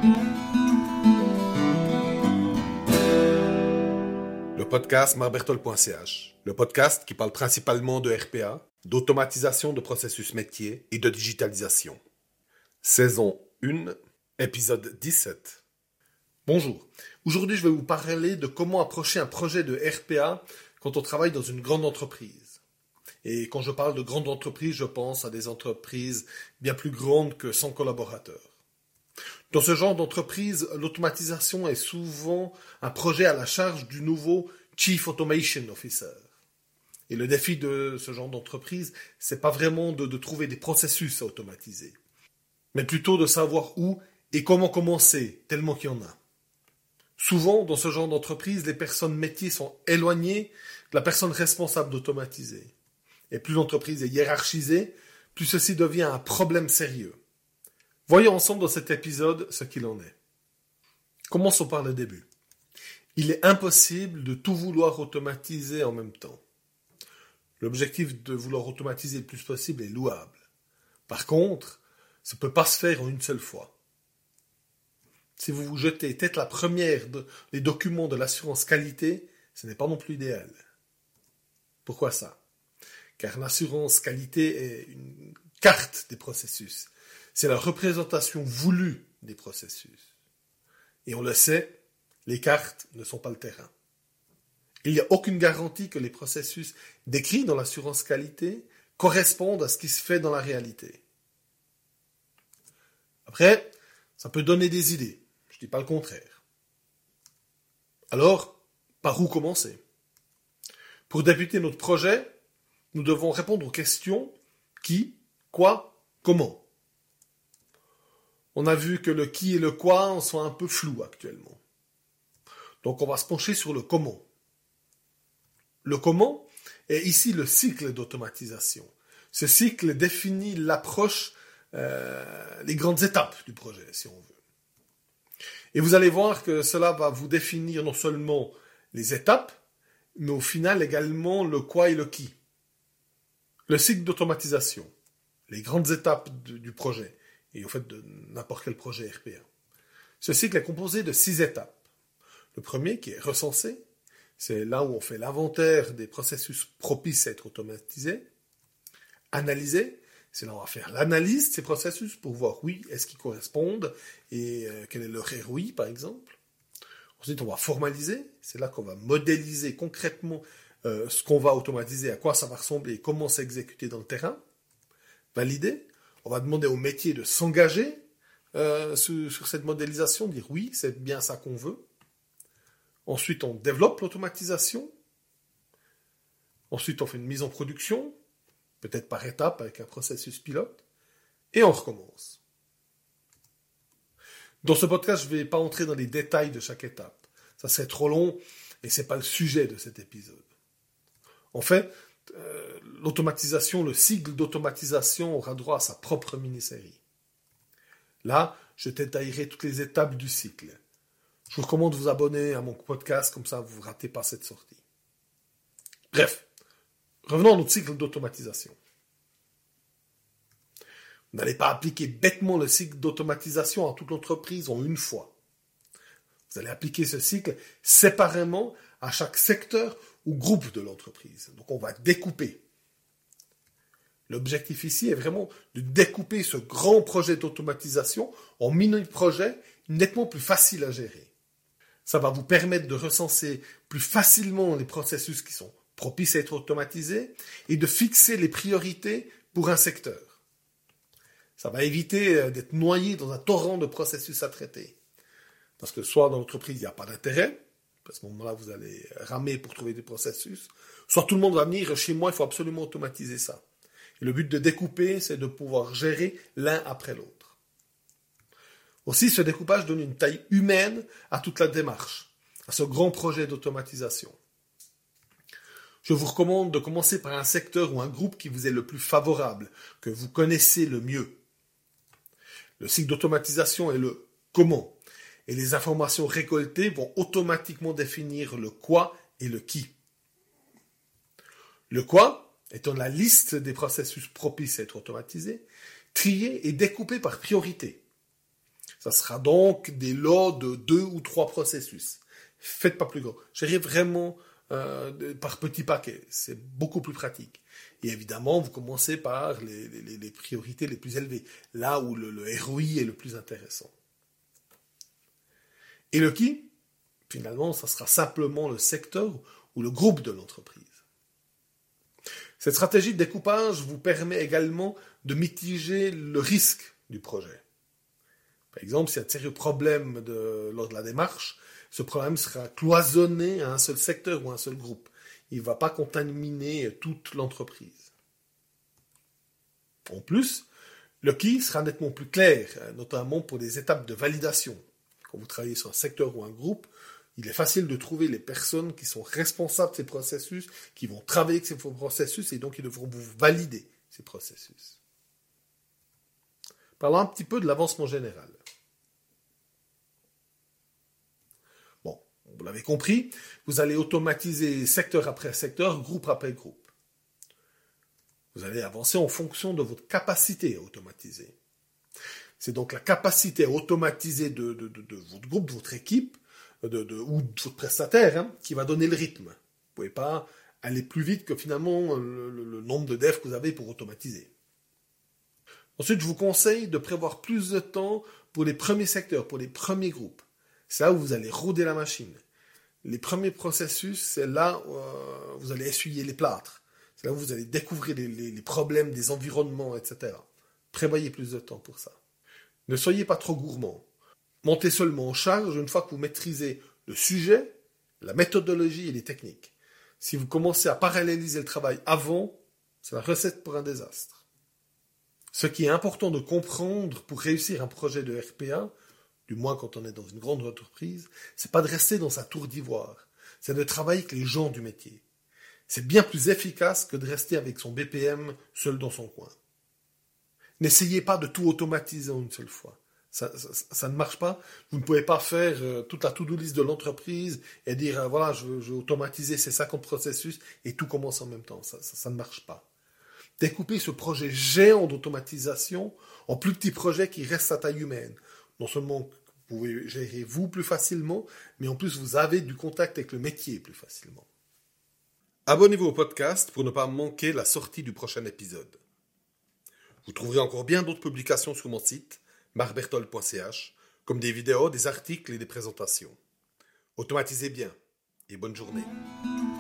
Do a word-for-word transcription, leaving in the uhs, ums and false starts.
Le podcast marbertol point c h, le podcast qui parle principalement de R P A, d'automatisation de processus métiers et de digitalisation. Saison un, épisode dix-sept. Bonjour, aujourd'hui je vais vous parler de comment approcher un projet de R P A quand on travaille dans une grande entreprise. Et quand je parle de grande entreprise, je pense à des entreprises bien plus grandes que cent collaborateurs. Dans ce genre d'entreprise, l'automatisation est souvent un projet à la charge du nouveau Chief Automation Officer. Et le défi de ce genre d'entreprise, c'est pas vraiment de, de trouver des processus à automatiser, mais plutôt de savoir où et comment commencer, tellement qu'il y en a. Souvent, dans ce genre d'entreprise, les personnes métiers sont éloignées de la personne responsable d'automatiser. Et plus l'entreprise est hiérarchisée, plus ceci devient un problème sérieux. Voyons ensemble dans cet épisode ce qu'il en est. Commençons par le début. Il est impossible de tout vouloir automatiser en même temps. L'objectif de vouloir automatiser le plus possible est louable. Par contre, ça ne peut pas se faire en une seule fois. Si vous vous jetez tête la première de, les documents de l'assurance qualité, ce n'est pas non plus idéal. Pourquoi ça ? Car l'assurance qualité est une carte des processus. C'est la représentation voulue des processus. Et on le sait, les cartes ne sont pas le terrain. Il n'y a aucune garantie que les processus décrits dans l'assurance qualité correspondent à ce qui se fait dans la réalité. Après, ça peut donner des idées. Je ne dis pas le contraire. Alors, par où commencer ? Pour débuter notre projet, nous devons répondre aux questions qui, quoi, comment. On a vu que le qui et le quoi sont un peu flous actuellement. Donc on va se pencher sur le comment. Le comment est ici le cycle d'automatisation. Ce cycle définit l'approche, euh, les grandes étapes du projet, si on veut. Et vous allez voir que cela va vous définir non seulement les étapes, mais au final également le quoi et le qui. Le cycle d'automatisation, les grandes étapes de, du projet, et au fait de n'importe quel projet R P A. Ce cycle est composé de six étapes. Le premier, qui est recensé, c'est là où on fait l'inventaire des processus propices à être automatisés. Analyser, c'est là où on va faire l'analyse de ces processus pour voir, oui, est-ce qu'ils correspondent et euh, quel est leur R O I, par exemple. Ensuite, on va formaliser, c'est là qu'on va modéliser concrètement euh, ce qu'on va automatiser, à quoi ça va ressembler et comment s'exécuter dans le terrain. Valider, on va demander au métier de s'engager euh, sur, sur cette modélisation, dire oui, c'est bien ça qu'on veut. Ensuite, on développe l'automatisation. Ensuite, on fait une mise en production, peut-être par étape avec un processus pilote. Et on recommence. Dans ce podcast, je ne vais pas entrer dans les détails de chaque étape. Ça serait trop long et ce n'est pas le sujet de cet épisode. En fait, euh, l'automatisation, le cycle d'automatisation aura droit à sa propre mini-série. Là, je détaillerai toutes les étapes du cycle. Je vous recommande de vous abonner à mon podcast, comme ça vous ne ratez pas cette sortie. Bref, revenons à notre cycle d'automatisation. Vous n'allez pas appliquer bêtement le cycle d'automatisation à toute l'entreprise en une fois. Vous allez appliquer ce cycle séparément à chaque secteur ou groupe de l'entreprise. Donc on va découper. L'objectif ici est vraiment de découper ce grand projet d'automatisation en mini-projets nettement plus faciles à gérer. Ça va vous permettre de recenser plus facilement les processus qui sont propices à être automatisés et de fixer les priorités pour un secteur. Ça va éviter d'être noyé dans un torrent de processus à traiter. Parce que soit dans l'entreprise, il n'y a pas d'intérêt, à ce moment-là, vous allez ramer pour trouver des processus, soit tout le monde va venir, chez moi, il faut absolument automatiser ça. Et le but de découper, c'est de pouvoir gérer l'un après l'autre. Aussi, ce découpage donne une taille humaine à toute la démarche, à ce grand projet d'automatisation. Je vous recommande de commencer par un secteur ou un groupe qui vous est le plus favorable, que vous connaissez le mieux. Le cycle d'automatisation est le comment. Et les informations récoltées vont automatiquement définir le quoi et le qui. Le quoi étant la liste des processus propices à être automatisés, triés et découpés par priorité. Ça sera donc des lots de deux ou trois processus. Faites pas plus grand. Gérez vraiment euh, par petits paquets. C'est beaucoup plus pratique. Et évidemment, vous commencez par les, les, les priorités les plus élevées, là où le, le R O I est le plus intéressant. Et le qui, finalement, ça sera simplement le secteur ou le groupe de l'entreprise. Cette stratégie de découpage vous permet également de mitiger le risque du projet. Par exemple, s'il y a de sérieux problèmes de, lors de la démarche, ce problème sera cloisonné à un seul secteur ou un seul groupe. Il ne va pas contaminer toute l'entreprise. En plus, le qui sera nettement plus clair, notamment pour les étapes de validation. Quand vous travaillez sur un secteur ou un groupe, il est facile de trouver les personnes qui sont responsables de ces processus, qui vont travailler avec ces processus et donc ils devront vous valider ces processus. Parlons un petit peu de l'avancement général. Bon, vous l'avez compris, vous allez automatiser secteur après secteur, groupe après groupe. Vous allez avancer en fonction de votre capacité à automatiser. C'est donc la capacité à automatiser de, de, de, de votre groupe, de votre équipe, de, de, ou de votre prestataire, hein, qui va donner le rythme. Vous ne pouvez pas aller plus vite que finalement le, le, le nombre de devs que vous avez pour automatiser. Ensuite, je vous conseille de prévoir plus de temps pour les premiers secteurs, pour les premiers groupes. C'est là où vous allez rôder la machine. Les premiers processus, c'est là où euh, vous allez essuyer les plâtres. C'est là où vous allez découvrir les, les, les problèmes des environnements, et cetera. Prévoyez plus de temps pour ça. Ne soyez pas trop gourmand. Montez seulement en charge une fois que vous maîtrisez le sujet, la méthodologie et les techniques. Si vous commencez à paralléliser le travail avant, c'est la recette pour un désastre. Ce qui est important de comprendre pour réussir un projet de R P A, du moins quand on est dans une grande entreprise, c'est pas de rester dans sa tour d'ivoire, c'est de travailler avec les gens du métier. C'est bien plus efficace que de rester avec son B P M seul dans son coin. N'essayez pas de tout automatiser en une seule fois. Ça, ça, ça ne marche pas. Vous ne pouvez pas faire euh, toute la to-do list de l'entreprise et dire, euh, voilà, je veux, je veux automatiser ces cinquante processus et tout commence en même temps. Ça, ça, ça ne marche pas. Découpez ce projet géant d'automatisation en plus petits projets qui restent à taille humaine. Non seulement vous pouvez gérer vous plus facilement, mais en plus vous avez du contact avec le métier plus facilement. Abonnez-vous au podcast pour ne pas manquer la sortie du prochain épisode. Vous trouverez encore bien d'autres publications sur mon site, marc bertol point c h, comme des vidéos, des articles et des présentations. Automatisez bien et bonne journée.